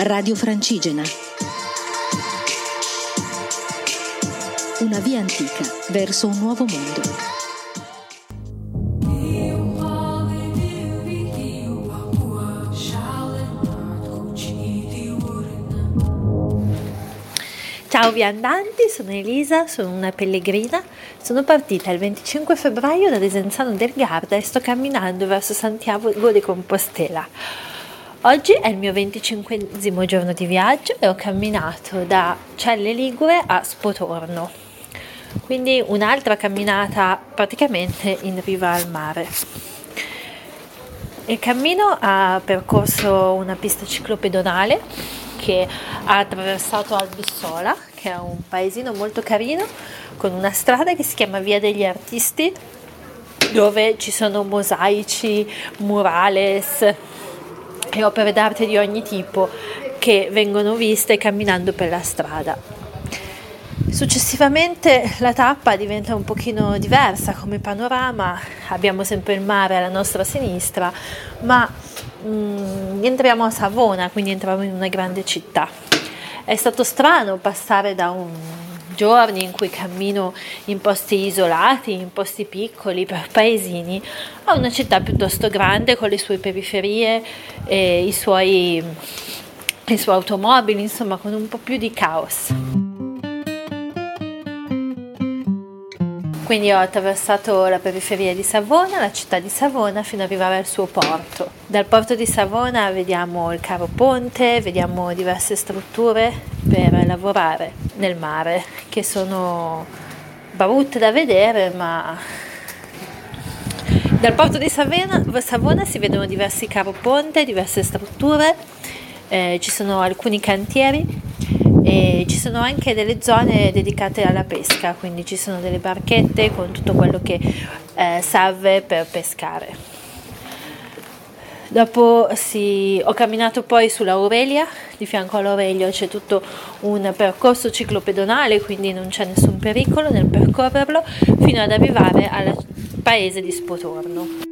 Radio Francigena. Una via antica verso un nuovo mondo. Ciao viandanti, sono Elisa, sono una pellegrina, sono partita il 25 febbraio da Desenzano del Garda e sto camminando verso Santiago de Compostela. Oggi è il mio 25esimo giorno di viaggio e ho camminato da Celle Ligure a Spotorno, quindi un'altra camminata praticamente in riva al mare. Il cammino ha percorso una pista ciclopedonale che ha attraversato Albissola, che è un paesino molto carino, con una strada che si chiama Via degli Artisti, dove ci sono mosaici, murales e opere d'arte di ogni tipo che vengono viste camminando per la strada. Successivamente la tappa diventa un pochino diversa come panorama, abbiamo sempre il mare alla nostra sinistra, ma entriamo a Savona, quindi entriamo in una grande città. È stato strano passare da giorni in cui cammino in posti isolati, in posti piccoli, per paesini, a una città piuttosto grande con le sue periferie e i suoi automobili, insomma con un po' più di caos. Quindi ho attraversato la periferia di Savona, la città di Savona, fino ad arrivare al suo porto. Dal porto di Savona vediamo il Caro Ponte, vediamo diverse strutture per lavorare nel mare, che sono brutte da vedere, ma dal porto di Savona si vedono diversi Caro Ponte, diverse strutture, ci sono alcuni cantieri. E ci sono anche delle zone dedicate alla pesca, quindi ci sono delle barchette con tutto quello che serve per pescare. Dopo ho camminato poi sull'Aurelia, di fianco all'Aurelio c'è tutto un percorso ciclopedonale, quindi non c'è nessun pericolo nel percorrerlo, fino ad arrivare al paese di Spotorno.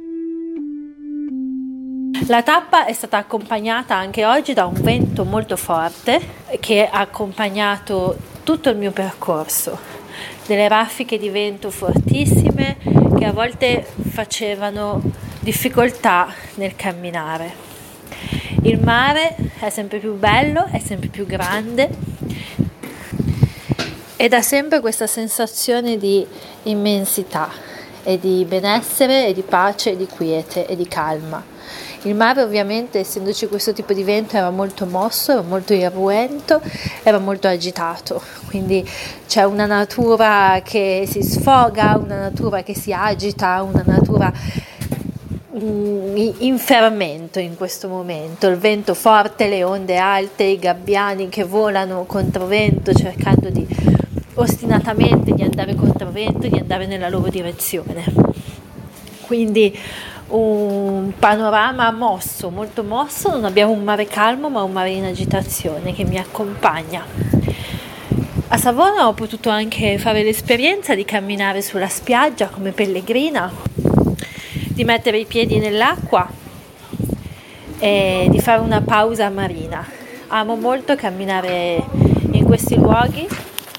La tappa è stata accompagnata anche oggi da un vento molto forte che ha accompagnato tutto il mio percorso, delle raffiche di vento fortissime che a volte facevano difficoltà nel camminare. Il mare è sempre più bello, è sempre più grande e dà sempre questa sensazione di immensità e di benessere e di pace e di quiete e di calma. Il mare ovviamente, essendoci questo tipo di vento, era molto mosso, era molto irruento, era molto agitato, quindi c'è una natura che si sfoga, una natura che si agita, una natura in fermento in questo momento, il vento forte, le onde alte, i gabbiani che volano controvento cercando ostinatamente di andare controvento, di andare nella loro direzione. Quindi un panorama mosso, molto mosso, non abbiamo un mare calmo ma un mare in agitazione che mi accompagna. A Savona ho potuto anche fare l'esperienza di camminare sulla spiaggia come pellegrina, di mettere i piedi nell'acqua e di fare una pausa marina. Amo molto camminare in questi luoghi,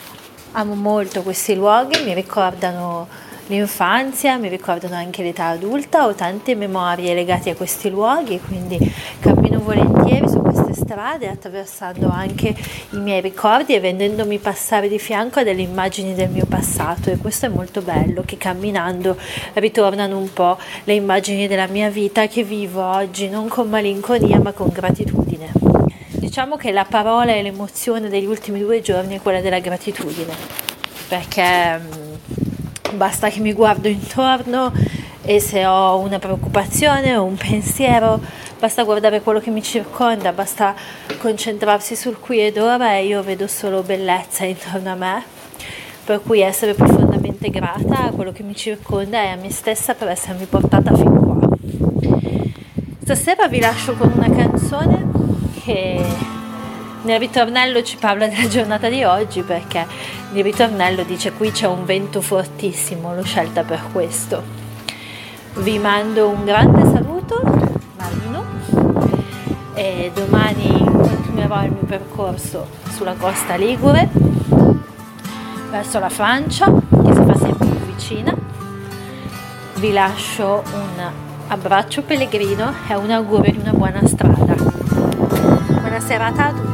mi ricordano l'infanzia, mi ricordano anche l'età adulta, ho tante memorie legate a questi luoghi, quindi cammino volentieri su queste strade attraversando anche i miei ricordi e rendendomi passare di fianco a delle immagini del mio passato, e questo è molto bello, che camminando ritornano un po' le immagini della mia vita che vivo oggi non con malinconia ma con gratitudine. Diciamo che la parola e l'emozione degli ultimi 2 giorni è quella della gratitudine, perché basta che mi guardo intorno e se ho una preoccupazione o un pensiero, basta guardare quello che mi circonda, basta concentrarsi sul qui ed ora e io vedo solo bellezza intorno a me, per cui essere profondamente grata a quello che mi circonda e a me stessa per essermi portata fin qua. Stasera vi lascio con una canzone che nel ritornello ci parla della giornata di oggi, perché il ritornello dice: qui c'è un vento fortissimo, l'ho scelta per questo. Vi mando un grande saluto marino e domani continuiamo continuerò il mio percorso sulla costa ligure verso la Francia, che si fa sempre più vicina. Vi lascio un abbraccio pellegrino e un augurio di una buona strada. Buona serata a tutti.